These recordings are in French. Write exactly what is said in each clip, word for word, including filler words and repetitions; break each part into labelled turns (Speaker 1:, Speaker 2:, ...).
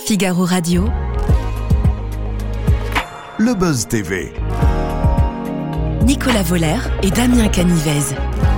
Speaker 1: Figaro Radio,
Speaker 2: le Buzz T V.
Speaker 1: Nicolas Voller et Damien Canivez.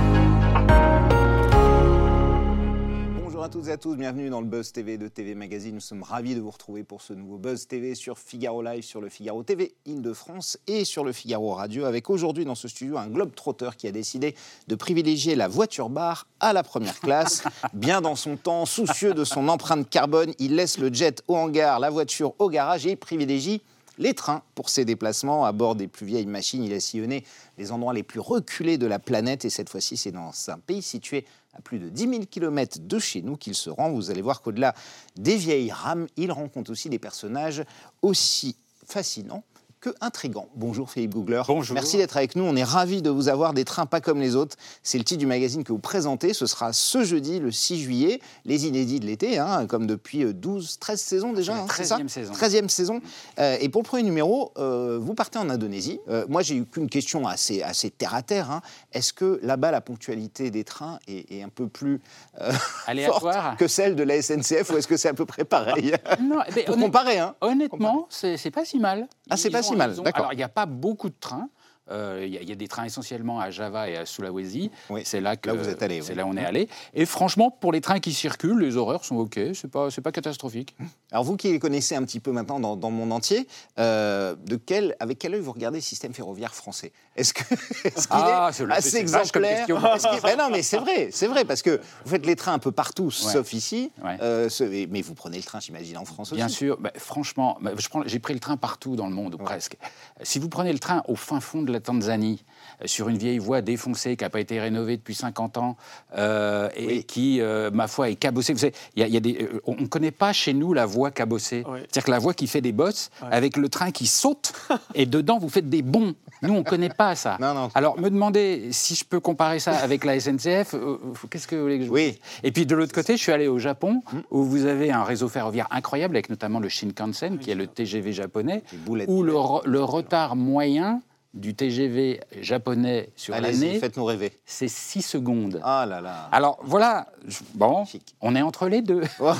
Speaker 3: Bonjour à toutes et à tous, bienvenue dans le Buzz T V de T V Magazine. Nous sommes ravis de vous retrouver pour ce nouveau Buzz T V sur Figaro Live, sur le Figaro T V Île-de-France et sur le Figaro Radio, avec aujourd'hui dans ce studio un globe-trotter qui a décidé de privilégier la voiture-bar à la première classe. Bien dans son temps, soucieux de son empreinte carbone, il laisse le jet au hangar, la voiture au garage et il privilégie les trains pour ses déplacements. À bord des plus vieilles machines, il a sillonné les endroits les plus reculés de la planète. Et cette fois-ci, c'est dans un pays situé à plus de dix mille kilomètres de chez nous qu'il se rend. Vous allez voir qu'au-delà des vieilles rames, il rencontre aussi des personnages aussi fascinants que intrigants. Bonjour Philippe Googler.
Speaker 4: Bonjour.
Speaker 3: Merci d'être avec nous. On est ravis de vous avoir. Des trains pas comme les autres. C'est le titre du magazine que vous présentez. Ce sera ce jeudi, le six juillet. Les inédits de l'été, hein, comme depuis douze, treize saisons déjà.
Speaker 4: C'est la
Speaker 3: hein,
Speaker 4: treizième
Speaker 3: c'est ça
Speaker 4: saison.
Speaker 3: treizième saison. Euh, et pour le premier numéro, euh, vous partez en Indonésie. Euh, moi, j'ai eu qu'une question assez, assez terre-à-terre. Hein. Est-ce que là-bas, la ponctualité des trains est, est un peu plus euh, forte que celle de la S N C F ou est-ce que c'est à peu près pareil?
Speaker 4: Non, mais
Speaker 3: pour
Speaker 4: honnêt...
Speaker 3: comparer, hein.
Speaker 4: Honnêtement, c'est, c'est pas si mal.
Speaker 3: Ah, c'est
Speaker 4: ils
Speaker 3: pas
Speaker 4: ont,
Speaker 3: si mal,
Speaker 4: ont...
Speaker 3: d'accord.
Speaker 4: Alors, il n'y a pas beaucoup de trains. Il euh, y, y a des trains essentiellement à Java et à Sulawesi.
Speaker 3: Oui,
Speaker 4: c'est là que
Speaker 3: là où vous êtes allé.
Speaker 4: C'est
Speaker 3: oui.
Speaker 4: là où on est allé. Et franchement, pour les trains qui circulent, les horaires sont OK. C'est pas, c'est pas catastrophique.
Speaker 3: Alors vous qui les connaissez un petit peu maintenant dans, dans le monde entier, euh, de quel, avec quel œil vous regardez le système ferroviaire français? Est-ce, que, est-ce qu'il
Speaker 4: ah,
Speaker 3: est
Speaker 4: c'est
Speaker 3: assez exemplaire? Est-ce qu'il... ben non, mais c'est vrai, c'est vrai, parce que vous faites les trains un peu partout, ouais. sauf ici. Ouais. Euh, ce... Mais vous prenez le train, j'imagine, en France aussi.
Speaker 4: Bien sûr. Bah, franchement, bah, je prends... j'ai pris le train partout dans le monde, ou ouais. presque. Si vous prenez le train au fin fond de la Tanzanie, sur une vieille voie défoncée qui n'a pas été rénovée depuis cinquante ans euh, et oui. qui, euh, ma foi, est cabossée. Vous savez, y a, y a des, euh, on ne connaît pas chez nous la voie cabossée. Oui. C'est-à-dire que la voie qui fait des bosses, oui. avec le train qui saute, et dedans, vous faites des bonds. Nous, on ne connaît pas ça.
Speaker 3: Non, non,
Speaker 4: Alors, me demander si je peux comparer ça avec la S N C F, euh, qu'est-ce que vous voulez que je vous
Speaker 3: oui.
Speaker 4: dise? Et puis, de l'autre côté, je suis allé au Japon, où vous avez un réseau ferroviaire incroyable, avec notamment le Shinkansen, qui est le T G V japonais, où le, le retard moyen du T G V japonais sur
Speaker 3: Allez-y,
Speaker 4: l'année,
Speaker 3: faites-nous rêver.
Speaker 4: C'est six secondes.
Speaker 3: Ah là là.
Speaker 4: Alors voilà, je, bon, Chic. On est entre les deux.
Speaker 3: Ouais,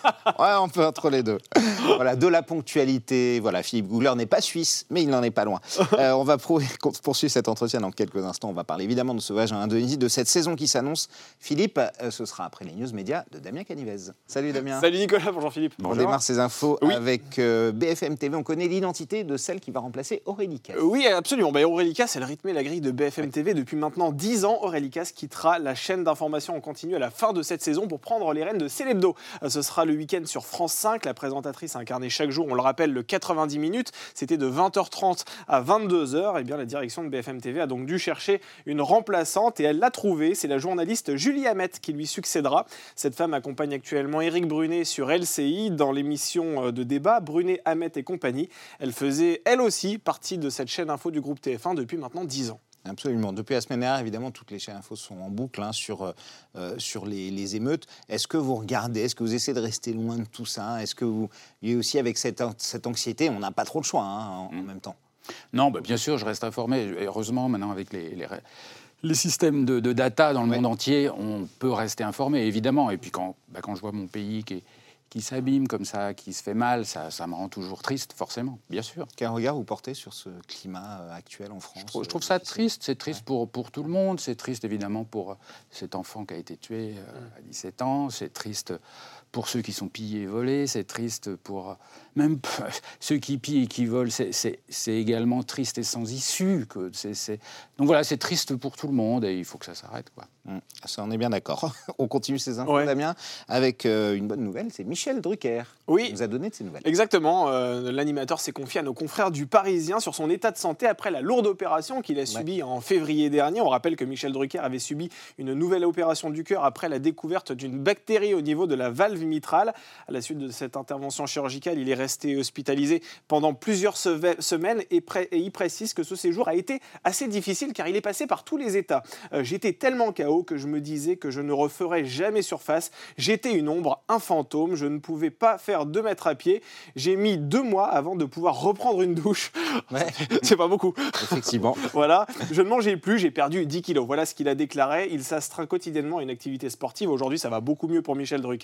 Speaker 3: on peut entre les deux. Voilà, de la ponctualité. Voilà, Philippe Googler n'est pas suisse, mais il n'en est pas loin. Euh, on va pro- poursuivre cet entretien dans quelques instants. On va parler évidemment de ce voyage en Indonésie, de cette saison qui s'annonce. Philippe, euh, ce sera après les news médias de Damien Canivez. Salut Damien.
Speaker 5: Salut Nicolas, bonjour Philippe.
Speaker 3: On
Speaker 5: bonjour.
Speaker 3: démarre ces infos
Speaker 5: oui.
Speaker 3: avec euh, B F M T V. On connaît l'identité de celle qui va remplacer Aurélie Casse.
Speaker 5: Euh, oui, absolument. Ben, Aurélie Casse, elle rythmait la grille de B F M T V depuis maintenant dix ans. Aurélie Casse quittera la chaîne d'information en continu à la fin de cette saison pour prendre les rênes de C'est l'Hebdo. Ce sera le week-end sur France cinq. La présentatrice incarnait chaque jour, on le rappelle, le quatre-vingt-dix minutes. C'était de vingt heures trente à vingt-deux heures. Et bien, la direction de B F M T V a donc dû chercher une remplaçante et elle l'a trouvée. C'est la journaliste Julie Hamet qui lui succédera. Cette femme accompagne actuellement Éric Brunet sur L C I dans l'émission de débat Brunet, Hamet et compagnie. Elle faisait, elle aussi, partie de cette chaîne info du groupe T F un depuis maintenant dix ans.
Speaker 3: Absolument. Depuis la semaine dernière, évidemment, toutes les chaînes info sont en boucle hein, sur, euh, sur les, les émeutes. Est-ce que vous regardez, est-ce que vous essayez de rester loin de tout ça? Est-ce que vous, et aussi avec cette, cette anxiété, on n'a pas trop de choix hein, en, en même temps?
Speaker 4: Non, bah, bien sûr, je reste informé. Heureusement, maintenant, avec les... les... Les systèmes de, de data dans le ouais. monde entier, on peut rester informé, évidemment. Et puis quand, bah, quand je vois mon pays qui, qui s'abîme comme ça, qui se fait mal, ça, ça me rend toujours triste, forcément, bien sûr.
Speaker 3: Quel regard vous portez sur ce climat actuel en France?
Speaker 4: Je trouve, je trouve ça triste. C'est triste ouais. pour, pour tout le monde. C'est triste, évidemment, pour cet enfant qui a été tué euh, à dix-sept ans. C'est triste pour ceux qui sont pillés et volés. C'est triste pour... Même ceux qui pillent et qui volent, c'est, c'est, c'est également triste et sans issue. Que c'est, c'est... Donc voilà, c'est triste pour tout le monde et il faut que ça s'arrête, quoi.
Speaker 3: Mmh. Ça, on est bien d'accord. On continue ces infos,
Speaker 5: ouais.
Speaker 3: Damien, avec euh, une bonne nouvelle, c'est Michel Drucker
Speaker 5: oui.
Speaker 3: qui nous a donné de ces nouvelles.
Speaker 5: Exactement. Euh, l'animateur s'est confié à nos confrères du Parisien sur son état de santé après la lourde opération qu'il a subie ouais. en février dernier. On rappelle que Michel Drucker avait subi une nouvelle opération du cœur après la découverte d'une bactérie au niveau de la valve mitrale. À la suite de cette intervention chirurgicale, il est resté hospitalisé pendant plusieurs se- semaines et, pré- et il précise que ce séjour a été assez difficile car il est passé par tous les états. Euh, j'étais tellement K O que je me disais que je ne referais jamais surface. J'étais une ombre, un fantôme. Je ne pouvais pas faire deux mètres à pied. J'ai mis deux mois avant de pouvoir reprendre une douche. Ouais. C'est pas beaucoup.
Speaker 3: Effectivement.
Speaker 5: Voilà. Je ne mangeais plus. J'ai perdu dix kilos. Voilà ce qu'il a déclaré. Il s'astreint quotidiennement à une activité sportive. Aujourd'hui, ça va beaucoup mieux pour Michel Drucker.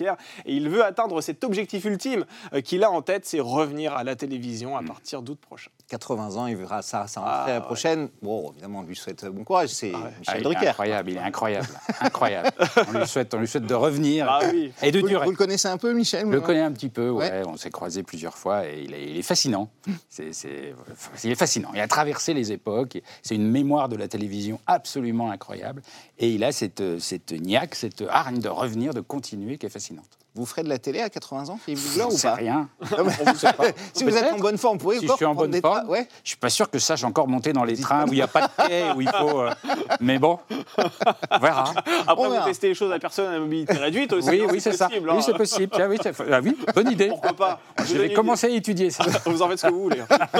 Speaker 5: et il veut atteindre cet objectif ultime euh, qu'il a en tête, c'est revenir à la télévision à partir d'août prochain.
Speaker 3: quatre-vingts ans, il verra ça, ça rentrée ah, ouais. prochaine. Bon, évidemment, on lui souhaite bon courage. C'est ah, ouais. Michel ah, Drucker.
Speaker 4: Il est incroyable, il est incroyable, incroyable. On lui souhaite, on lui souhaite de revenir
Speaker 5: ah, oui.
Speaker 4: et de
Speaker 3: vous,
Speaker 4: durer.
Speaker 3: Vous le connaissez un peu, Michel?
Speaker 4: Je le connais un petit peu. Ouais. Ouais, on s'est croisés plusieurs fois et il est, il est fascinant. C'est, c'est, il est fascinant. Il a traversé les époques. C'est une mémoire de la télévision absolument incroyable. Et il a cette, cette niaque, cette hargne de revenir, de continuer, qui est fascinante.
Speaker 3: Vous ferez de la télé à quatre-vingts ans, Philippe Googler, ou
Speaker 4: pas
Speaker 3: rien.
Speaker 4: On vous sait pas.
Speaker 3: Si vous êtes en bonne forme, vous pouvez
Speaker 4: si
Speaker 3: encore
Speaker 4: je suis en bonne forme, tra- ouais. Je suis pas sûr que je sache encore monter dans les trains où il n'y a pas de quai, où il faut... Euh... Mais bon, on verra.
Speaker 5: Après, on vous verra. Testez les choses à personne à mobilité réduite aussi.
Speaker 4: Oui,
Speaker 5: non,
Speaker 4: oui, c'est, c'est possible, ça. Hein. Oui, c'est possible. Tiens, oui, c'est... Ah, oui, bonne idée.
Speaker 5: Pourquoi pas?
Speaker 4: Je vais commencer à étudier ça.
Speaker 5: Vous en faites ce que vous voulez.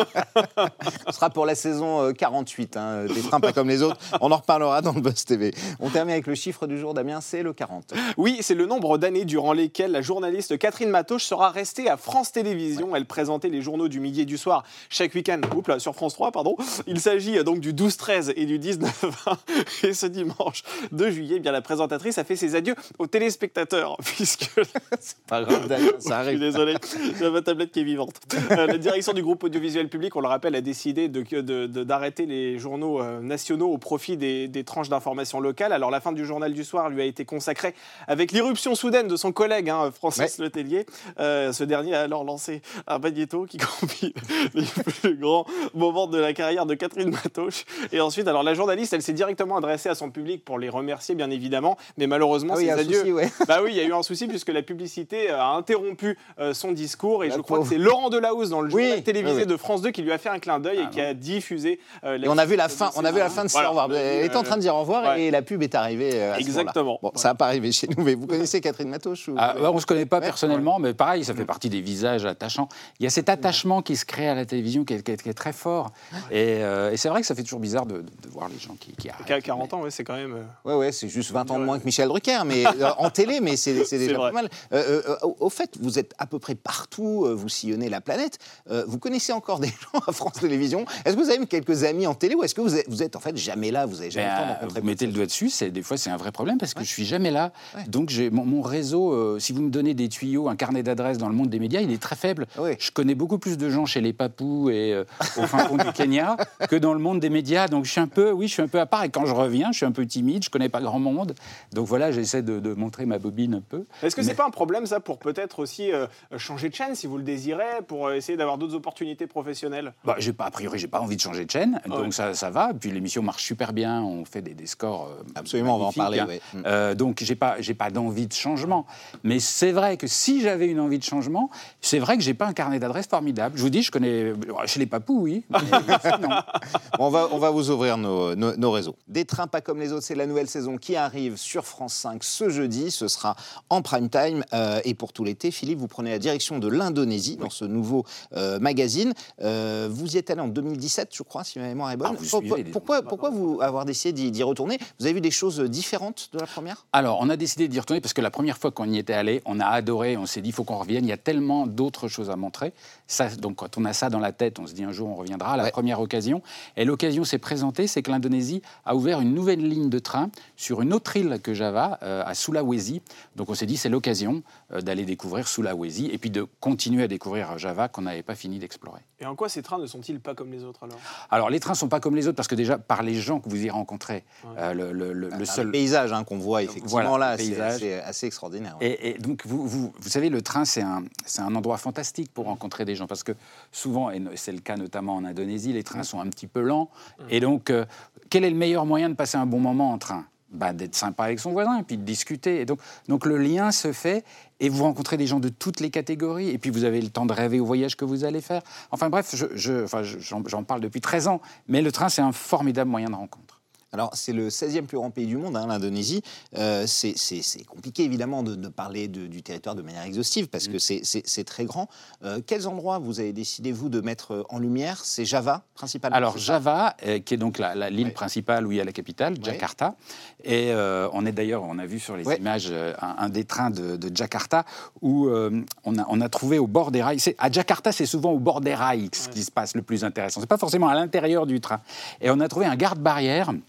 Speaker 3: Ce sera pour la saison quarante-huit, hein, des trains pas comme les autres. On en reparlera dans le Buzz T V. On termine avec le chiffre du jour, Damien, c'est le quarante.
Speaker 5: Oui, c'est le nombre d'années durant lesquelles la journaliste Catherine Matoche sera restée à France Télévisions. Ouais. Elle présentait les journaux du midi et du soir chaque week-end oups là, sur France trois. Pardon. Il s'agit donc du douze treize et du dix-neuf vingt. Et ce dimanche deux juillet, eh bien, la présentatrice a fait ses adieux aux téléspectateurs. Puisque...
Speaker 3: c'est pas grave, ça arrive.
Speaker 5: Je suis désolé, j'ai ma tablette qui est vivante. Euh, la direction du groupe audiovisuel public, on le rappelle, a décidé de, de, de, d'arrêter les journaux euh, nationaux au profit des, des tranches d'information locales. Alors la fin du journal du soir lui a été consacrée avec l'irruption soudaine de son collègue, hein, Francis ouais. Letellier. Euh, ce dernier a alors lancé un magnéto qui compile les plus grands moments de la carrière de Catherine Matoche. Et ensuite, alors la journaliste, elle s'est directement adressée à son public pour les remercier, bien évidemment. Mais malheureusement,
Speaker 3: ah oui,
Speaker 5: ses adieux...
Speaker 3: Souci, ouais.
Speaker 5: Bah oui, il y a eu un souci puisque la publicité a interrompu euh, son discours. Et la je crois pauvre. que c'est Laurent Delahousse dans le journal oui, télévisé oui, oui. de France deux qui lui a fait un clin d'œil ah, et qui a diffusé... Euh, la
Speaker 3: et on a vu la fin, on a vu la fin de voilà. Au revoir. Elle était en train de dire au revoir ouais. et la pub est arrivée à
Speaker 5: Exactement.
Speaker 3: Bon, voilà. Ça n'a pas arrivé chez nous, mais vous connaissez Catherine Matoche ou...
Speaker 4: ah, bah, on ne se connaît pas ouais. personnellement, mais pareil, ça fait partie des visages attachants. Il y a cet attachement qui se crée à la télévision qui est, qui est, qui est très fort. Et, euh, et c'est vrai que ça fait toujours bizarre de, de, de voir les gens qui, qui arrivent.
Speaker 5: À quarante ans, ouais, c'est quand même... Euh...
Speaker 3: Ouais, ouais, c'est juste vingt ans de moins que Michel Drucker, mais euh, en télé, mais c'est, c'est déjà c'est pas mal. Euh, euh, au, au fait, vous êtes à peu près partout, euh, vous sillonnez la planète. Euh, vous connaissez encore des gens à France Télévisions. Est-ce que vous avez quelques amis en télé ou est-ce que vous êtes, vous êtes en fait jamais là, vous n'avez jamais ben, le temps de rencontrer?
Speaker 4: Vous mettez le doigt dessus, c'est, des fois c'est un vrai problème parce que ouais. je suis jamais là. Ouais. Donc j'ai, mon, mon réseau, euh, si vous me donnez des tuyaux, un carnet d'adresses dans le monde des médias, il est très faible. Oui. Je connais beaucoup plus de gens chez les Papous et euh, au fin fond du Kenya que dans le monde des médias. Donc je suis un peu, oui, je suis un peu à part. Et quand je reviens, je suis un peu timide. Je connais pas grand monde. Donc voilà, j'essaie de, de montrer ma bobine un peu.
Speaker 5: Est-ce que
Speaker 4: Mais...
Speaker 5: c'est pas un problème ça pour peut-être aussi euh, changer de chaîne si vous le désirez, pour euh, essayer d'avoir d'autres opportunités professionnelles?
Speaker 4: Bah, j'ai pas a priori, j'ai pas envie de changer de chaîne. Oh, donc ouais. ça, ça va. Puis l'émission marche super bien. On fait des, des scores. Euh,
Speaker 3: Absolument, on va en parler.
Speaker 4: Hein.
Speaker 3: Ouais.
Speaker 4: Euh, donc j'ai pas, j'ai pas d'envie de changement. Mais c'est vrai que si j'avais une envie de changement, c'est vrai que j'ai pas un carnet d'adresses formidable. Je vous dis, je connais chez les Papous, oui. Mais non.
Speaker 3: on va, on va vous ouvrir nos, nos, nos réseaux. Des trains pas comme les autres, c'est la nouvelle saison qui arrive sur France cinq ce jeudi. Ce sera en prime time. Euh, et pour tout l'été, Philippe, vous prenez la direction de l'Indonésie dans ce nouveau euh, magazine. Euh, vous y êtes allé en deux mille dix-sept, je crois, si ma mémoire est bonne.
Speaker 4: Ah, vous
Speaker 3: pourquoi pourquoi, pourquoi vous avoir décidé d'y, d'y retourner? Vous avez vu des choses différentes de la première?
Speaker 4: Alors, on a décidé d'y retourner parce que la première fois qu'on y était allé, on a adoré. On s'est dit, il faut qu'on revienne. Il y a tellement d'autres choses à montrer. Ça, donc, quand on a ça dans la tête, on se dit un jour on reviendra à la ouais. première occasion. Et l'occasion s'est présentée, c'est que l'Indonésie a ouvert une nouvelle ligne de train sur une autre île que Java, euh, à Sulawesi. Donc on s'est dit c'est l'occasion euh, d'aller découvrir Sulawesi et puis de continuer à découvrir Java qu'on n'avait pas fini d'explorer.
Speaker 5: Et en quoi ces trains ne sont-ils pas comme les autres alors?
Speaker 4: Alors les trains ne sont pas comme les autres parce que déjà par les gens que vous y rencontrez, ouais. euh, le, le, le,
Speaker 3: ah,
Speaker 4: le seul...
Speaker 3: Le paysage hein, qu'on voit effectivement
Speaker 4: voilà,
Speaker 3: là, c'est assez, assez extraordinaire. Ouais.
Speaker 4: Et, et donc vous, vous, vous savez, le train c'est un, c'est un endroit fantastique pour rencontrer des gens parce que souvent, et c'est le cas notamment en Indonésie, les trains sont un petit peu lents. Mmh. Et donc, euh, quel est le meilleur moyen de passer un bon moment en train? Bah, d'être sympa avec son voisin et puis de discuter. Et donc, donc le lien se fait et vous rencontrez des gens de toutes les catégories et puis vous avez le temps de rêver au voyage que vous allez faire. Enfin bref, je, je, enfin, j'en, j'en parle depuis treize ans, mais le train, c'est un formidable moyen de rencontre.
Speaker 3: Alors, c'est le seizième plus grand pays du monde, hein, l'Indonésie. Euh, c'est, c'est, c'est compliqué, évidemment, de, de parler de, du territoire de manière exhaustive, parce mmh. que c'est, c'est, c'est très grand. Euh, quels endroits vous avez décidé, vous, de mettre en lumière? C'est Java, principalement?
Speaker 4: Alors, Java, euh, qui est donc la, la, l'île ouais. principale où il y a la capitale, Jakarta. Ouais. Et euh, on est d'ailleurs, on a vu sur les ouais. images euh, un, un des trains de, de Jakarta où euh, on, a, on a trouvé au bord des rails. C'est, à Jakarta, c'est souvent au bord des rails ce ouais. qui se passe le plus intéressant. C'est pas forcément à l'intérieur du train. Et on a trouvé un garde-barrière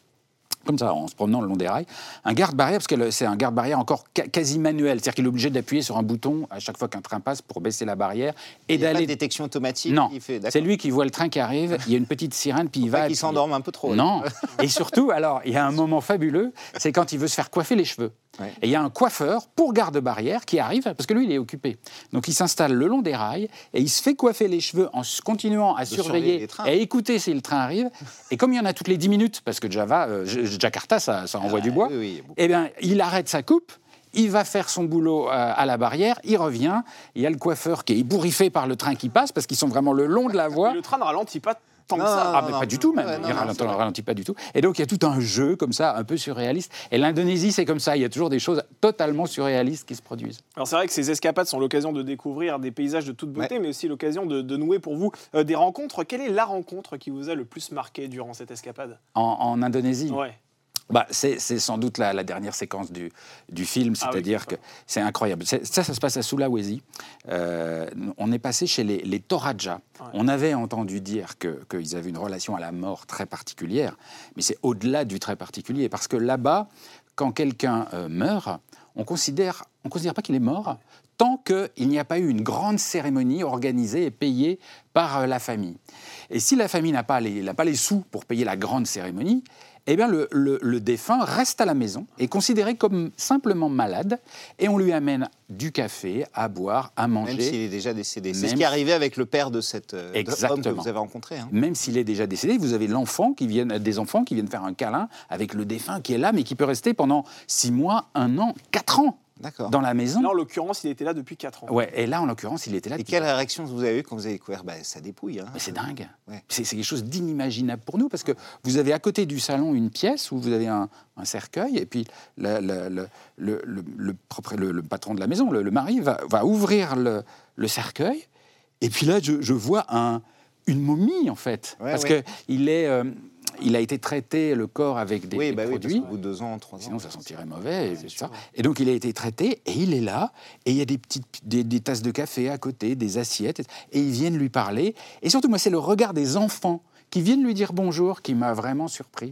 Speaker 4: comme ça, en se promenant le long des rails, un garde-barrière, parce que c'est un garde-barrière encore ca- quasi manuel, c'est-à-dire qu'il est obligé d'appuyer sur un bouton à chaque fois qu'un train passe pour baisser la barrière et
Speaker 3: Il n'y a
Speaker 4: d'aller...
Speaker 3: pas de détection automatique.
Speaker 4: Non,
Speaker 3: il fait,
Speaker 4: c'est lui qui voit le train qui arrive, il y a une petite sirène, puis il va...
Speaker 3: Pas qu'il s'endorme un peu trop.
Speaker 4: Non, et surtout, alors, il y a un moment fabuleux, c'est quand il veut se faire coiffer les cheveux.
Speaker 3: Ouais.
Speaker 4: Et il y a un coiffeur pour garde-barrière qui arrive, parce que lui, il est occupé. Donc il s'installe le long des rails et il se fait coiffer les cheveux en s- continuant à
Speaker 3: surveiller
Speaker 4: surveiller
Speaker 3: les trains.
Speaker 4: et à écouter si le train arrive. Et comme il y en a toutes les dix minutes, parce que Java, euh, J- Jakarta, ça, ça envoie
Speaker 3: Ah,
Speaker 4: du bois,
Speaker 3: oui, oui, beaucoup.
Speaker 4: eh bien, il arrête sa coupe. Il va faire son boulot euh, à la barrière, il revient, il y a le coiffeur qui est ébouriffé par le train qui passe, parce qu'ils sont vraiment le long de la voie.
Speaker 5: Mais le train ne ralentit pas tant
Speaker 3: Non,
Speaker 5: que ça.
Speaker 3: non,
Speaker 4: Ah, mais
Speaker 3: non,
Speaker 4: pas du tout, même.
Speaker 3: ouais, non,
Speaker 4: il
Speaker 3: non,
Speaker 4: ralentit,
Speaker 3: c'est vrai.
Speaker 4: ralentit pas du tout. Et donc, il y a tout un jeu comme ça, un peu surréaliste. Et l'Indonésie, c'est comme ça. Il y a toujours des choses totalement surréalistes qui se produisent.
Speaker 5: Alors c'est vrai que ces escapades sont l'occasion de découvrir des paysages de toute beauté,
Speaker 3: Ouais.
Speaker 5: mais aussi l'occasion de, de nouer pour vous euh, des rencontres. Quelle est la rencontre qui vous a le plus marqué durant cette escapade?
Speaker 4: En, en Indonésie,
Speaker 5: Ouais.
Speaker 4: bah, c'est c'est sans doute la, la dernière séquence du, du film,
Speaker 5: Ah oui,
Speaker 4: c'est-à-dire
Speaker 5: c'est ça.
Speaker 4: que c'est incroyable. C'est- Ça, ça se passe à Sulawesi. Euh, on est passé chez les, les Toraja.
Speaker 5: Ouais.
Speaker 4: On avait entendu dire que- qu'ils avaient une relation à la mort très particulière, mais c'est au-delà du très particulier, parce que là-bas, quand quelqu'un euh, meurt, on considère, on considère pas qu'il est mort tant qu'il n'y a pas eu une grande cérémonie organisée et payée par euh, la famille. Et si la famille n'a pas les, n'a pas les sous pour payer la grande cérémonie, eh bien le, le- le défunt reste à la maison, est considéré comme simplement malade, et on lui amène du café à boire, à
Speaker 3: Même s'il
Speaker 4: manger.
Speaker 3: est déjà décédé. C'est
Speaker 4: Même
Speaker 3: ce qui est arrivé avec le père de cet euh, de homme que
Speaker 4: Exactement.
Speaker 3: vous avez rencontré. Hein.
Speaker 4: Même s'il est déjà décédé, vous avez l'enfant qui viennent, des enfants qui viennent faire un câlin avec le défunt qui est là, mais qui peut rester pendant six mois, un an, quatre ans
Speaker 3: D'accord.
Speaker 4: dans la maison.
Speaker 5: Là, en l'occurrence, il était là depuis quatre ans.
Speaker 4: Ouais, et là, en l'occurrence, il était là.
Speaker 3: Et
Speaker 4: depuis
Speaker 3: quelle réaction vous avez eue quand vous avez découvert? Bah, ça dépouille. Hein.
Speaker 4: Mais c'est dingue.
Speaker 3: Ouais.
Speaker 4: C'est c'est quelque chose d'inimaginable pour nous, parce que vous avez à côté du salon une pièce où vous avez un, un cercueil, et puis le, le, le, le, le, le propre- le- le patron de la maison, le, le mari, va, va ouvrir le, le cercueil, et puis là, je, je vois un, une momie, en fait,
Speaker 3: Ouais,
Speaker 4: parce
Speaker 3: ouais.
Speaker 4: qu'il est... euh, il a été traité, le corps, avec des,
Speaker 3: Oui,
Speaker 4: des
Speaker 3: bah oui, parce
Speaker 4: produits.
Speaker 3: qu'au bout de deux ans, trois ans.
Speaker 4: Sinon, ça sentirait mauvais. Et,
Speaker 5: c'est
Speaker 4: ça.
Speaker 5: sûr.
Speaker 4: Et donc, il a été traité et il est là. Et il y a des petites des, des tasses de café à côté, des assiettes. Et ils viennent lui parler. Et surtout, moi, c'est le regard des enfants qui viennent lui dire bonjour qui m'a vraiment surpris.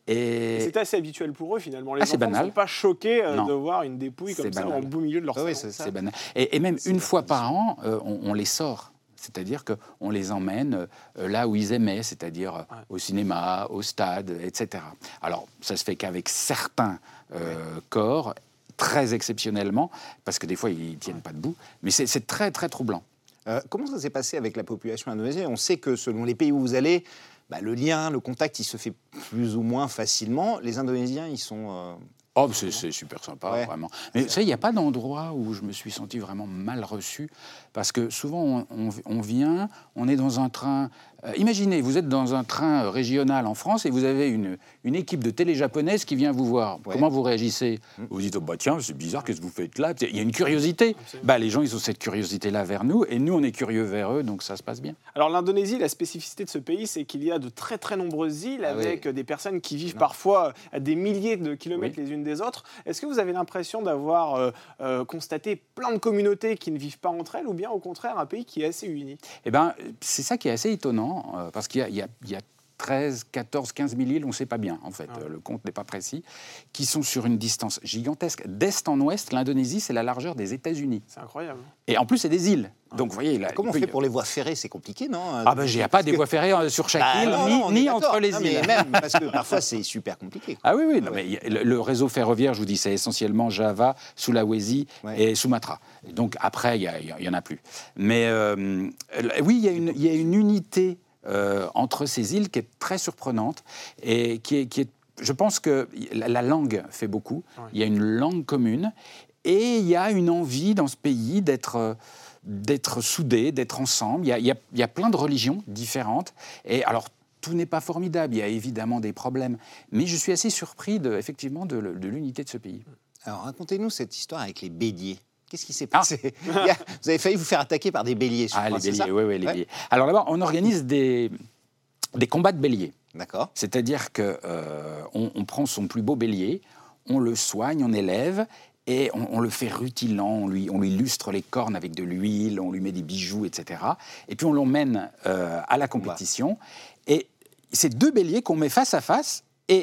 Speaker 5: Et
Speaker 4: Et
Speaker 5: c'est assez habituel pour eux, finalement. Les
Speaker 4: Ah, c'est
Speaker 5: enfants ne
Speaker 4: banal.
Speaker 5: sont pas choqués euh,
Speaker 4: Non.
Speaker 5: de voir une dépouille comme
Speaker 4: C'est
Speaker 5: ça
Speaker 4: banal.
Speaker 5: en beau milieu de leur
Speaker 3: Ah oui,
Speaker 5: salon.
Speaker 3: c'est ça.
Speaker 4: c'est banal. Et, et même
Speaker 3: C'est
Speaker 4: une
Speaker 3: la
Speaker 4: fois
Speaker 3: tradition.
Speaker 4: par an, euh, on, on les sort. C'est-à-dire qu'on les emmène euh, là où ils aimaient, c'est-à-dire euh, au cinéma, au stade, et cetera. Alors, ça se fait qu'avec certains euh, corps, très exceptionnellement, parce que des fois, ils ne tiennent pas debout. Mais c'est c'est très, très troublant.
Speaker 3: Euh, comment ça s'est passé avec la population indonésienne? On sait que selon les pays où vous allez, bah, le lien, le contact, il se fait plus ou moins facilement. Les Indonésiens, ils sont... euh,
Speaker 4: Oh, c'est c'est super sympa,
Speaker 3: Ouais.
Speaker 4: vraiment. Mais vous savez, il n'y a pas d'endroit où je me suis senti vraiment mal reçu, parce que souvent, on, on- on vient, on est dans un train... euh, imaginez, vous êtes dans un train régional en France et vous avez une, une équipe de télé japonaise qui vient vous voir.
Speaker 3: Ouais.
Speaker 4: Comment vous réagissez? Vous vous dites, oh, bah, tiens, c'est bizarre, qu'est-ce que vous faites là? Il y a une curiosité. Bah, les gens, ils ont cette curiosité-là vers nous, et nous, on est curieux vers eux, donc ça se passe bien.
Speaker 5: Alors l'Indonésie, la spécificité de ce pays, c'est qu'il y a de très très nombreuses îles
Speaker 3: Ah
Speaker 5: avec
Speaker 3: oui.
Speaker 5: des personnes qui vivent
Speaker 3: Non.
Speaker 5: parfois à des milliers de kilomètres
Speaker 4: Oui.
Speaker 5: les unes des autres. Est-ce que vous avez l'impression d'avoir euh, euh, constaté plein de communautés qui ne vivent pas entre elles, ou bien au contraire un pays qui est assez uni?
Speaker 4: Eh bien, c'est ça qui est assez étonnant, euh, parce qu'il y a, il y a- il y a treize, quatorze, quinze mille îles, on ne sait pas bien, en fait,
Speaker 5: Ah.
Speaker 4: euh, le compte n'est pas précis, qui sont sur une distance gigantesque. D'est en ouest, l'Indonésie, c'est la largeur des États-Unis.
Speaker 5: C'est incroyable.
Speaker 4: Et en plus, c'est des îles. Donc, vous voyez, là,
Speaker 3: Comment
Speaker 4: il
Speaker 3: on
Speaker 4: peut
Speaker 3: fait
Speaker 4: y-
Speaker 3: pour les voies ferrées? C'est compliqué, non?
Speaker 4: Ah ben, il n'y a pas des voies ferrées euh, sur chaque
Speaker 3: Bah,
Speaker 4: île,
Speaker 3: non,
Speaker 4: ni,
Speaker 3: non, on est
Speaker 4: ni
Speaker 3: d'accord.
Speaker 4: entre les
Speaker 3: Non,
Speaker 4: îles.
Speaker 3: mais même, parce que parfois, c'est super compliqué.
Speaker 4: Ah oui, oui, non,
Speaker 3: Ah ouais.
Speaker 4: mais il y a- le, le réseau ferroviaire, je vous dis, c'est essentiellement Java, Sulawesi
Speaker 3: Ouais.
Speaker 4: et Sumatra. Donc après, il n'y en a plus. Mais euh, oui, il y, a une- il y a une unité euh, entre ces îles qui est très surprenante et qui est, qui est je pense que la, la langue fait beaucoup.
Speaker 5: Ouais.
Speaker 4: Il y a une langue commune et il y a une envie dans ce pays d'être... euh, d'être soudés, d'être ensemble. Il y, a, il, y a, il y a plein de religions différentes. Et alors, tout n'est pas formidable. Il y a évidemment des problèmes. Mais je suis assez surpris, de, effectivement, de, de l'unité de ce pays.
Speaker 3: Alors, racontez-nous cette histoire avec les béliers. Qu'est-ce qui s'est
Speaker 4: Ah.
Speaker 3: passé? Il y a- Vous avez failli vous faire attaquer par des béliers, je
Speaker 4: Ah,
Speaker 3: crois,
Speaker 4: les
Speaker 3: c'est ça?
Speaker 4: béliers, oui, oui, les
Speaker 3: Ouais.
Speaker 4: béliers. Alors là-bas, on organise des, des combats de béliers.
Speaker 3: D'accord.
Speaker 4: C'est-à-dire qu'on euh, on- on prend son plus beau bélier, on le soigne, on élève, et on, on le fait rutilant, on lui, on lui lustre les cornes avec de l'huile, on lui met des bijoux, et cetera. Et puis on l'emmène euh, à la compétition. Et c'est deux béliers qu'on met face à face, et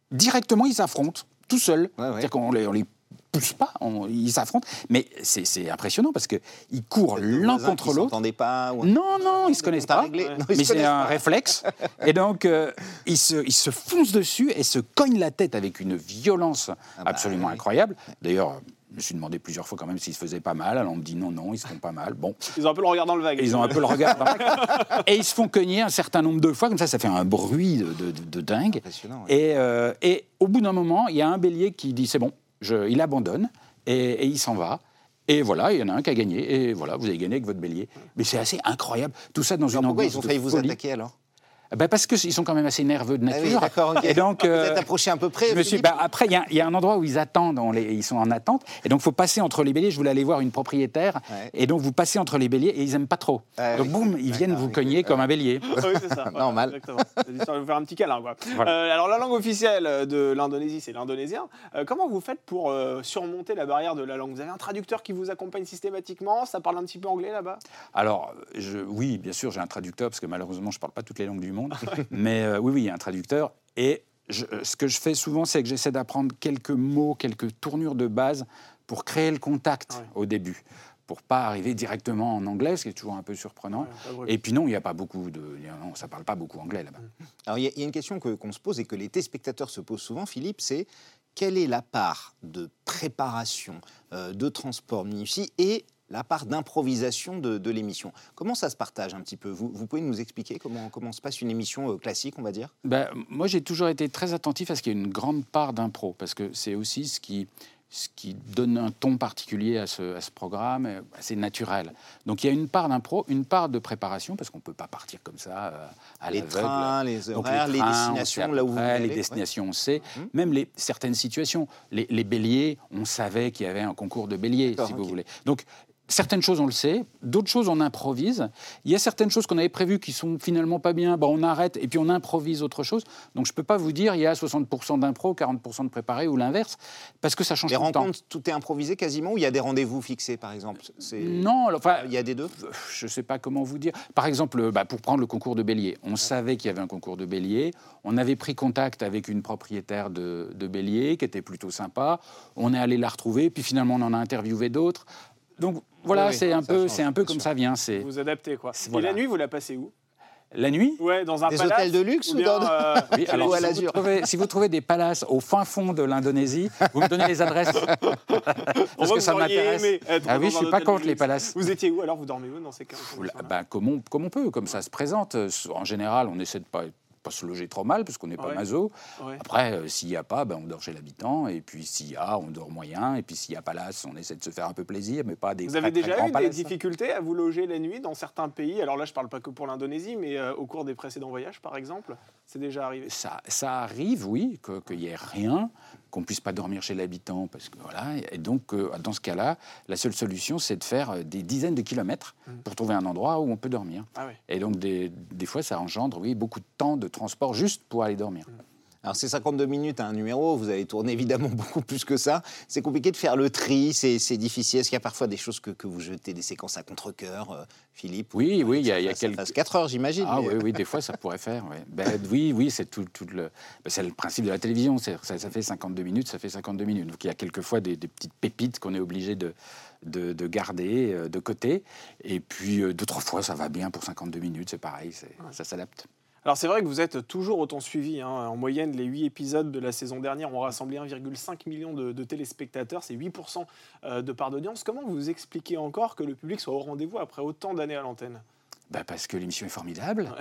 Speaker 4: directement, ils s'affrontent, tout seuls.
Speaker 3: Ouais, ouais.
Speaker 4: C'est-à-dire qu'on les, on les pousse pas, on, ils s'affrontent. Mais c'est, c'est impressionnant parce qu'ils courent l'un contre l'autre.
Speaker 3: Ils ne s'entendaient pas ou...
Speaker 4: Non, non, ils ne se connaissent pas.
Speaker 3: Réglé.
Speaker 5: Ouais.
Speaker 3: Non, ils
Speaker 4: Mais
Speaker 3: se
Speaker 4: c'est un
Speaker 3: connaissent pas.
Speaker 4: réflexe. Et donc, euh, ils, se, ils se foncent dessus et se cognent la tête avec une violence
Speaker 3: Ah bah,
Speaker 4: absolument
Speaker 3: oui.
Speaker 4: incroyable. D'ailleurs, je me suis demandé plusieurs fois quand même s'ils se faisaient pas mal. Alors on me dit non, non, ils se font pas mal. Bon,
Speaker 5: Ils ont un peu le regard dans le vague.
Speaker 4: ils ont un peu le regard dans la- Et ils se font cogner un certain nombre de fois. Comme ça, ça fait un bruit de, de, de- de dingue.
Speaker 3: Impressionnant, ouais.
Speaker 4: Et, euh, et au bout d'un moment, il y a un bélier qui dit c'est bon, je, il abandonne et, et il s'en va. Et voilà, il y en a un qui a gagné. Et voilà, vous avez gagné avec votre bélier. Mais c'est assez incroyable. Tout ça dans
Speaker 3: Alors
Speaker 4: une
Speaker 3: pourquoi
Speaker 4: ambiance
Speaker 3: ils ont
Speaker 4: de
Speaker 3: failli vous
Speaker 4: folie.
Speaker 3: attaquer alors?
Speaker 4: Ben parce qu'ils sont quand même assez nerveux de
Speaker 3: Ah oui,
Speaker 4: nature.
Speaker 3: d'accord, ok.
Speaker 4: Et donc,
Speaker 3: Vous
Speaker 4: euh,
Speaker 3: êtes approché un peu près,
Speaker 4: je me suis,
Speaker 3: Philippe
Speaker 4: ben, après, il y, a- il y a un endroit où ils attendent, on les- ils sont en attente. Et donc, il faut passer entre les béliers. Je voulais aller voir une propriétaire.
Speaker 3: Ouais.
Speaker 4: Et donc, vous passez entre les béliers et ils n'aiment pas trop.
Speaker 3: Ah
Speaker 4: donc,
Speaker 3: oui.
Speaker 4: boum, ils viennent
Speaker 3: D'accord,
Speaker 4: vous
Speaker 3: oui.
Speaker 4: cogner comme un bélier.
Speaker 5: Oui, c'est ça. Voilà,
Speaker 3: Normal.
Speaker 5: Exactement. C'est l'histoire de vous faire un petit câlin, quoi.
Speaker 4: Voilà.
Speaker 5: Euh, alors, la langue officielle de l'Indonésie, c'est l'indonésien. Euh, comment vous faites pour euh, surmonter la barrière de la langue? Vous avez un traducteur qui vous accompagne systématiquement? Ça parle un petit peu anglais là-bas?
Speaker 4: Alors, je, oui, bien sûr, j'ai un traducteur, parce que malheureusement, je ne parle pas toutes les langues du monde. Mais euh, oui, oui, il y a un traducteur. Et je- ce que je fais souvent, c'est que j'essaie d'apprendre quelques mots, quelques tournures de base pour créer le contact
Speaker 5: Ouais.
Speaker 4: au début, pour pas arriver directement en anglais, ce qui est toujours un peu surprenant.
Speaker 5: Ouais, pas vrai.
Speaker 4: Et puis non, il n'y a pas beaucoup de... Non, ça ne parle pas beaucoup anglais là-bas.
Speaker 3: Alors, il y, a- il y a une question que- qu'on se pose et que les téléspectateurs se posent souvent, Philippe, c'est quelle est la part de préparation, euh, de transport de minutie et la part d'improvisation de, de l'émission? Comment ça se partage un petit peu? vous, vous pouvez nous expliquer comment, comment se passe une émission euh, classique, on va dire?
Speaker 4: Ben, moi, j'ai toujours été très attentif à ce qu'il y ait une grande part d'impro, parce que c'est aussi ce qui, ce qui donne un ton particulier à ce, à ce programme. euh, C'est naturel. Donc, il y a une part d'impro, une part de préparation, parce qu'on ne peut pas partir comme ça euh, à
Speaker 3: Les
Speaker 4: l'aveugle.
Speaker 3: trains, les
Speaker 4: Donc,
Speaker 3: horaires, les,
Speaker 4: trains, on sait à
Speaker 3: destinations,
Speaker 4: peu
Speaker 3: là où vous
Speaker 4: près,
Speaker 3: voulez
Speaker 4: les
Speaker 3: aller, ouais.
Speaker 4: destinations, on sait.
Speaker 3: Mhm.
Speaker 4: Même les, certaines situations. Les, les béliers, on savait qu'il y avait un concours de béliers,
Speaker 3: D'accord,
Speaker 4: si vous
Speaker 3: ok.
Speaker 4: voulez. Donc, certaines choses, on le sait. D'autres choses, on improvise. Il y a certaines choses qu'on avait prévues qui sont finalement pas bien. Bon, on arrête et puis on improvise autre chose. Donc, je ne peux pas vous dire il y a soixante pour cent d'impro, quarante pour cent de préparé ou l'inverse, parce que ça change
Speaker 3: Les
Speaker 4: tout le temps.
Speaker 3: rencontres, tout est improvisé quasiment ou il y a des rendez-vous fixés, par exemple? C'est-
Speaker 4: Non, enfin,
Speaker 3: Il y a des deux?
Speaker 4: je ne sais pas comment vous dire. Par exemple, bah, pour prendre le concours de bélier, on savait qu'il y avait un concours de bélier. On avait pris contact avec une propriétaire de, de bélier qui était plutôt sympa. On est allé la retrouver, puis finalement, on en a interviewé d'autres. Donc voilà,
Speaker 3: Oui, oui,
Speaker 4: c'est un
Speaker 3: ça
Speaker 4: peu,
Speaker 3: change,
Speaker 4: c'est un peu
Speaker 3: bien
Speaker 4: comme
Speaker 3: sûr.
Speaker 4: ça vient. C'est
Speaker 5: Vous vous adaptez, quoi.
Speaker 4: C'est-
Speaker 5: Et
Speaker 4: voilà.
Speaker 5: la nuit, vous la passez où?
Speaker 4: la nuit.
Speaker 5: Ouais, dans un
Speaker 3: Des
Speaker 5: palace
Speaker 3: hôtels de luxe ou
Speaker 5: bien,
Speaker 3: dans-
Speaker 5: euh,
Speaker 4: Oui,
Speaker 5: chez
Speaker 4: alors
Speaker 5: les-
Speaker 3: à
Speaker 4: si vous,
Speaker 3: l'azur.
Speaker 4: trouvez, si vous trouvez des palaces au fin fond de l'Indonésie, vous me donnez les adresses.
Speaker 5: On
Speaker 4: Parce
Speaker 5: voit
Speaker 4: que ça
Speaker 5: vous auriez
Speaker 4: m'intéresse.
Speaker 5: aimé être
Speaker 4: Ah oui,
Speaker 5: dans
Speaker 4: je
Speaker 5: un
Speaker 4: suis pas
Speaker 5: hôtel de
Speaker 4: contre les
Speaker 5: luxe.
Speaker 4: palaces.
Speaker 5: Vous étiez où alors? Vous dormez où dans ces cas?
Speaker 4: Ben, comme, on, comme on peut, comme ça se présente. En général, on essaie de pas pas se loger trop mal parce qu'on n'est pas
Speaker 5: Ouais.
Speaker 4: maso.
Speaker 5: Ouais.
Speaker 4: Après, euh, s'il n'y a pas, ben, on dort chez l'habitant. Et puis s'il y a, on dort moyen. Et puis s'il n'y a pas là, on essaie de se faire un peu plaisir, mais pas des
Speaker 5: Vous
Speaker 4: très,
Speaker 5: avez
Speaker 4: très
Speaker 5: déjà
Speaker 4: grands
Speaker 5: eu des
Speaker 4: palaces.
Speaker 5: difficultés à vous loger la nuit dans certains pays? Alors là, je ne parle pas que pour l'Indonésie, mais euh, au cours des précédents voyages, par exemple, c'est déjà arrivé.
Speaker 4: Ça, ça arrive, oui, que- qu'il n'y ait rien, qu'on ne puisse pas dormir chez l'habitant, parce que voilà. Et donc, euh, dans ce cas-là, la seule solution, c'est de faire euh, des dizaines de kilomètres pour trouver un endroit où on peut dormir.
Speaker 5: Ah ouais.
Speaker 4: Et donc, des, des fois, ça engendre, oui, beaucoup de temps de transport juste pour aller dormir.
Speaker 3: Alors, c'est cinquante-deux minutes à un numéro, vous avez tourné évidemment beaucoup plus que ça. C'est compliqué de faire le tri, c'est c'est difficile. Est-ce qu'il y a parfois des choses que, que vous jetez, des séquences à contre-cœur, euh, Philippe?
Speaker 4: Oui, oui, il y a, il y a
Speaker 3: Ça
Speaker 4: quelques...
Speaker 3: fasse quatre heures, j'imagine.
Speaker 4: Ah
Speaker 3: mais-
Speaker 4: oui, oui, des fois, ça pourrait faire. Ouais. Ben, oui, oui, c'est tout, tout le... ben, c'est le principe de la télévision. C'est- Ça, ça fait cinquante-deux minutes, ça fait cinquante-deux minutes. Donc, il y a quelquefois des, des petites pépites qu'on est obligé de, de, de garder euh, de côté. Et puis, euh, d'autres fois, ça va bien pour cinquante-deux minutes, c'est pareil, c'est- ça s'adapte.
Speaker 5: Alors c'est vrai que vous êtes toujours autant suivi. Hein. En moyenne, les huit épisodes de la saison dernière ont rassemblé un virgule cinq million de, de téléspectateurs. C'est huit pour cent de part d'audience. Comment vous expliquez encore que le public soit au rendez-vous après autant d'années à l'antenne?
Speaker 4: Ben, parce que l'émission est formidable.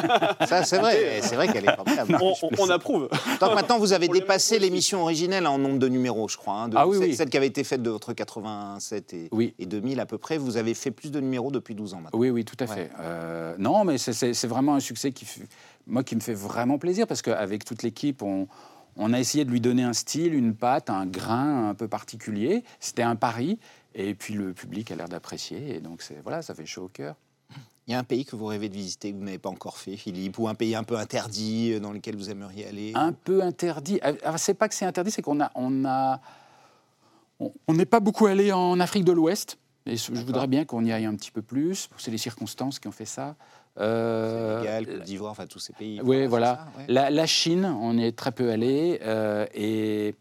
Speaker 3: Ça, c'est vrai, c'est vrai qu'elle est formidable.
Speaker 5: on, on- on approuve.
Speaker 3: Donc maintenant, vous avez
Speaker 5: Pour les
Speaker 3: dépassé
Speaker 5: mêmes
Speaker 3: l'émission originelle en nombre de numéros, je crois. hein, de-
Speaker 4: Ah oui,
Speaker 3: celle,
Speaker 4: oui.
Speaker 3: celle qui avait été faite de entre quatre-vingt-sept et,
Speaker 4: Oui.
Speaker 3: et deux mille à peu près. Vous avez fait plus de numéros depuis douze ans maintenant.
Speaker 4: Oui, oui, tout à
Speaker 3: Ouais.
Speaker 4: fait. Euh, non, mais c'est- c'est c'est vraiment un succès qui, f- moi, qui me fait vraiment plaisir parce qu'avec toute l'équipe, on, on a essayé de lui donner un style, une patte, un grain un peu particulier. C'était un pari. Et puis le public a l'air d'apprécier. Et donc, c'est- voilà, ça fait chaud au cœur.
Speaker 3: Il y a un pays que vous rêvez de visiter, que vous n'avez pas encore fait, Philippe, ou un pays un peu interdit euh, dans lequel vous aimeriez aller?
Speaker 4: Un peu interdit. Alors, c'est pas que c'est interdit, c'est qu'on a, on a, on on n'est pas beaucoup allé en Afrique de l'Ouest. Et je voudrais bien qu'on y aille un petit peu plus. C'est les circonstances qui ont fait ça.
Speaker 3: Euh, Sénégal, Côte d'Ivoire, enfin tous ces pays.
Speaker 4: Oui, voilà. Ça, ouais. la, la Chine, on y est très peu allé. Euh, et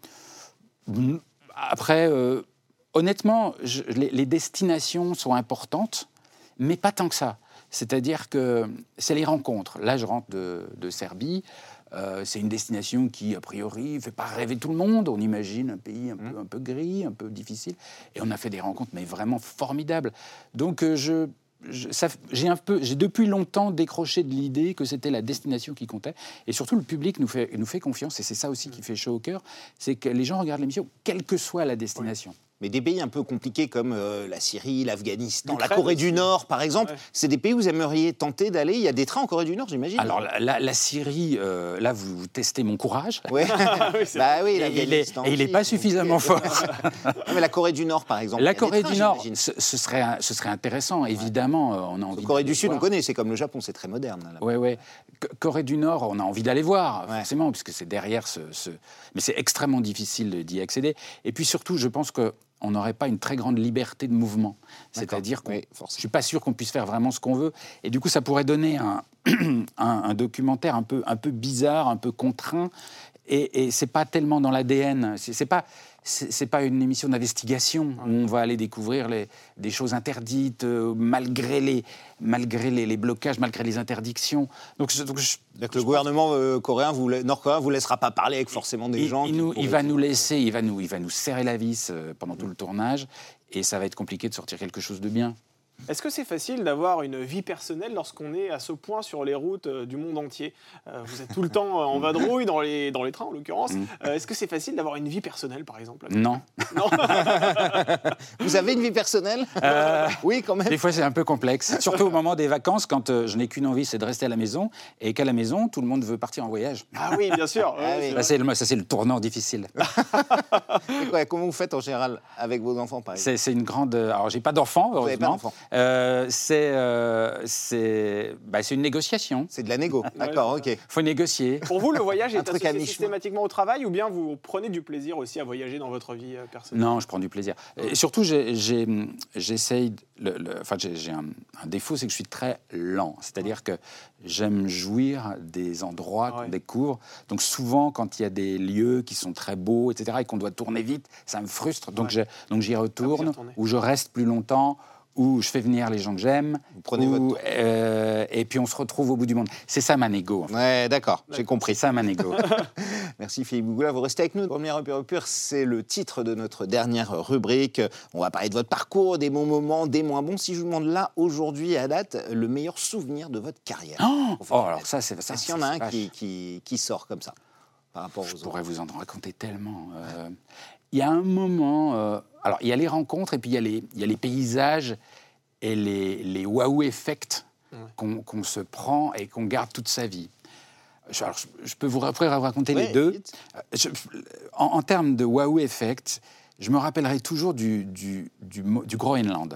Speaker 4: après, euh, honnêtement, je, les, les destinations sont importantes, mais pas tant que ça. C'est-à-dire que c'est les rencontres. Là, je rentre de, de Serbie. Euh, c'est une destination qui, a priori, ne fait pas rêver tout le monde. On imagine un pays un, mmh. peu, un peu gris, un peu difficile. Et on a fait des rencontres, mais vraiment formidables. Donc, euh, je, je, ça, j'ai, un peu, j'ai depuis longtemps décroché de l'idée que c'était la destination qui comptait. Et surtout, le public nous fait, nous fait confiance. Et c'est ça aussi mmh. qui fait chaud au cœur. C'est que les gens regardent l'émission, quelle que soit la destination.
Speaker 3: Oui. Mais des pays un peu compliqués comme euh, la Syrie, l'Afghanistan, la Corée aussi. Du Nord, par exemple, ouais. c'est des pays où vous aimeriez tenter d'aller. Il y a des trains en Corée du Nord, j'imagine.
Speaker 4: Alors, la, la, la Syrie, euh, là, vous, vous testez mon courage.
Speaker 3: Ouais. oui, bah oui,
Speaker 4: et il est, et il n'est pas suffisamment donc, fort.
Speaker 3: non, mais la Corée du Nord, par exemple.
Speaker 4: La Corée trains, du Nord, ce, ce, serait, ce serait intéressant, ouais. évidemment. Euh, on a envie
Speaker 3: la Corée du Sud,
Speaker 4: voir.
Speaker 3: on connaît, c'est comme le Japon, c'est très moderne.
Speaker 4: Oui, oui. Corée du Nord, on a envie d'aller voir, ouais. forcément, puisque c'est derrière ce, ce... Mais c'est extrêmement difficile d'y accéder. Et puis surtout, je pense que on n'aurait pas une très grande liberté de mouvement. C'est-à-dire que oui, je ne suis pas sûr qu'on puisse faire vraiment ce qu'on veut. Et du coup, ça pourrait donner un, un, un documentaire un peu, un peu bizarre, un peu contraint. Et, et ce n'est pas tellement dans l'A D N. Ce n'est pas, c'est, c'est pas une émission d'investigation où on va aller découvrir les, des choses interdites, euh, malgré, les, malgré les, les blocages, malgré les interdictions. Donc, je, donc, je,
Speaker 3: donc le gouvernement euh, coréen, vous, nord-coréen ne vous laissera pas parler avec forcément des
Speaker 4: il,
Speaker 3: gens
Speaker 4: il,
Speaker 3: qui
Speaker 4: nous, il va nous laisser, il va nous, il va nous serrer la vis euh, pendant tout le tournage. Et ça va être compliqué de sortir quelque chose de bien.
Speaker 5: Est-ce que c'est facile d'avoir une vie personnelle lorsqu'on est à ce point sur les routes euh, du monde entier ? euh, Vous êtes tout le temps en vadrouille, dans les, dans les trains en l'occurrence. Mm. Euh, est-ce que c'est facile d'avoir une vie personnelle, par exemple ?
Speaker 4: Non.
Speaker 5: Non.
Speaker 3: Vous avez une vie personnelle ?
Speaker 4: euh,
Speaker 3: Oui, quand même.
Speaker 4: Des fois, c'est un peu complexe. Surtout au moment des vacances, quand euh, je n'ai qu'une envie, c'est de rester à la maison. Et qu'à la maison, tout le monde veut partir en voyage.
Speaker 5: Ah oui, bien sûr.
Speaker 3: ah oui.
Speaker 4: Ça, c'est le, ça, c'est le tournant difficile.
Speaker 3: quoi, comment vous faites en général avec vos enfants, par exemple ?
Speaker 4: c'est, c'est une grande... Alors, j'ai pas d'enfants, heureusement.
Speaker 3: Vous n'avez pas d'enfants.
Speaker 4: Euh, c'est, euh, c'est, bah, c'est une négociation.
Speaker 3: C'est de la négo, d'accord,
Speaker 5: ouais,
Speaker 3: ok.
Speaker 4: Il faut négocier.
Speaker 5: Pour vous, le voyage est associé
Speaker 3: à
Speaker 5: systématiquement au travail ou bien vous prenez du plaisir aussi à voyager dans votre vie personnelle ?
Speaker 4: Non, je prends du plaisir. Et surtout, j'ai, j'ai, j'essaye... Le, le, enfin, j'ai, j'ai un, un défaut, c'est que je suis très lent. C'est-à-dire que j'aime jouir des endroits qu'on ouais. découvre. Donc souvent, quand il y a des lieux qui sont très beaux, et cetera, et qu'on doit tourner vite, ça me frustre. Donc, ouais. je, donc j'y retourne, ah, ou je reste plus longtemps, où je fais venir les gens que j'aime,
Speaker 3: vous prenez
Speaker 4: où,
Speaker 3: votre temps.
Speaker 4: Euh, et puis on se retrouve au bout du monde. C'est ça ma négo. En fait.
Speaker 3: Ouais, d'accord, j'ai compris.
Speaker 4: C'est ça ma négo.
Speaker 3: Merci Philippe Bougoula, vous restez avec nous. Première Rupture, c'est le titre de notre dernière rubrique. On va parler de votre parcours, des bons moments, des moins bons. Si je vous demande là, aujourd'hui, à date, le meilleur souvenir de votre carrière.
Speaker 4: Oh, oh alors ça, c'est ça.
Speaker 3: Est-ce qu'il y en a un qui, qui, qui sort comme ça par rapport aux
Speaker 4: je
Speaker 3: autres ?
Speaker 4: Je pourrais vous en raconter tellement. Euh, il y a un moment... Euh, alors, il y a les rencontres et puis il y a les, il y a les paysages et les, les waouh effects ouais. qu'on, qu'on se prend et qu'on garde toute sa vie. Je, alors, je, je peux vous raconter ouais, les deux. Je, en, en termes de waouh effect, je me rappellerai toujours du, du, du, du Groenland.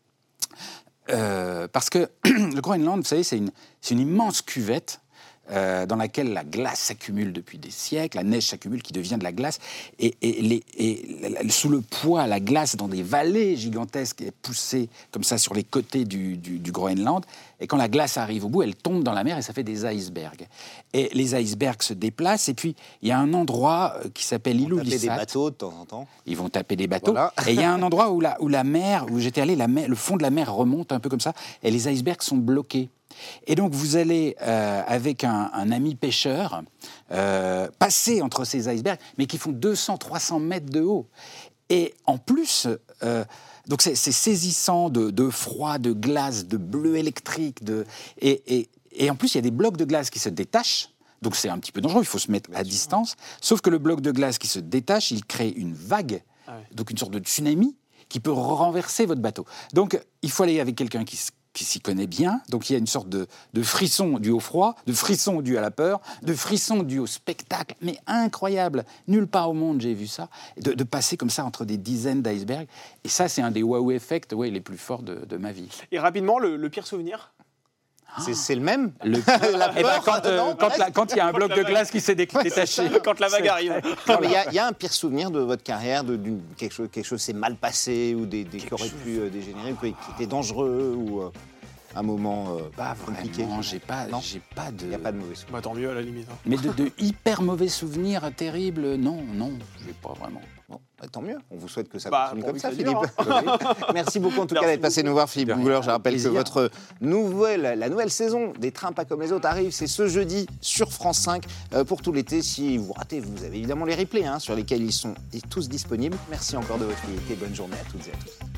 Speaker 4: Euh, parce que le Groenland, vous savez, c'est une, c'est une immense cuvette Euh, dans laquelle la glace s'accumule depuis des siècles, la neige s'accumule qui devient de la glace, et, et, les, et sous le poids, la glace dans des vallées gigantesques est poussée comme ça sur les côtés du, du, du Groenland, et quand la glace arrive au bout, elle tombe dans la mer et ça fait des icebergs. Et les icebergs se déplacent, et puis il y a un endroit qui s'appelle Ilulissat.
Speaker 3: Ils vont taper des bateaux de temps en temps.
Speaker 4: Ils vont taper des bateaux,
Speaker 3: voilà.
Speaker 4: Et il y a un endroit où la, où la mer, où j'étais allé, la mer, le fond de la mer remonte un peu comme ça, et les icebergs sont bloqués. Et donc, vous allez, euh, avec un, un ami pêcheur, euh, passer entre ces icebergs, mais qui font deux cents à trois cents mètres de haut. Et en plus, euh, donc c'est, c'est saisissant de, de froid, de glace, de bleu électrique. De, et, et, et en plus, il y a des blocs de glace qui se détachent. Donc, c'est un petit peu dangereux, il faut se mettre à distance. Sauf que le bloc de glace qui se détache, il crée une vague, ah ouais. donc une sorte de tsunami, qui peut renverser votre bateau. Donc, il faut aller avec quelqu'un qui se qui s'y connaît bien, donc il y a une sorte de, de frisson dû au froid, de frisson dû à la peur, de frisson dû au spectacle, mais incroyable, nulle part au monde j'ai vu ça, de, de passer comme ça entre des dizaines d'icebergs, et ça c'est un des wow effects ouais, les plus forts de, de ma vie.
Speaker 5: Et rapidement, le, le pire souvenir ?
Speaker 3: C'est, c'est le même
Speaker 4: Le...
Speaker 3: La
Speaker 4: Eh ben,
Speaker 3: peur,
Speaker 4: quand, euh,
Speaker 3: non,
Speaker 4: quand, la- quand il y a un
Speaker 5: Quand
Speaker 4: bloc
Speaker 5: la
Speaker 4: de
Speaker 5: vague-
Speaker 4: glace qui s'est dé- détaché.
Speaker 5: Quand la vague arrive.
Speaker 3: Non, mais il y a- il y, a un pire souvenir de votre carrière, de, d'une, quelque chose, quelque chose s'est mal passé ou des, des qui aurait pu euh, dégénérer, ou qui était dangereux ou euh, un moment euh,
Speaker 4: Pas
Speaker 3: compliqué.
Speaker 4: vraiment, j'ai pas,
Speaker 3: Non.
Speaker 4: j'ai pas de...
Speaker 3: Il n'y a pas de mauvais souvenir.
Speaker 5: Bah, tant mieux à la limite. hein.
Speaker 4: Mais de, de hyper mauvais souvenirs terribles, non, non, j'ai pas vraiment.
Speaker 3: Bon, bah, tant mieux. On vous souhaite que ça
Speaker 5: Bah,
Speaker 3: continue
Speaker 5: pourvu
Speaker 3: comme ça,
Speaker 5: que ça dure,
Speaker 3: Philippe. Oui. Merci beaucoup en tout cas
Speaker 5: Merci
Speaker 3: d'être passé
Speaker 5: beaucoup.
Speaker 3: nous voir, Philippe
Speaker 4: De rien.
Speaker 3: Googler. Je rappelle
Speaker 4: Plaisir.
Speaker 3: que votre nouvelle, la nouvelle saison des Trains pas comme les autres arrive, c'est ce jeudi sur France cinq euh, pour tout l'été. Si vous ratez, vous avez évidemment les replays hein, sur lesquels ils sont tous disponibles. Merci encore de votre fidélité. Bonne journée à toutes et à tous.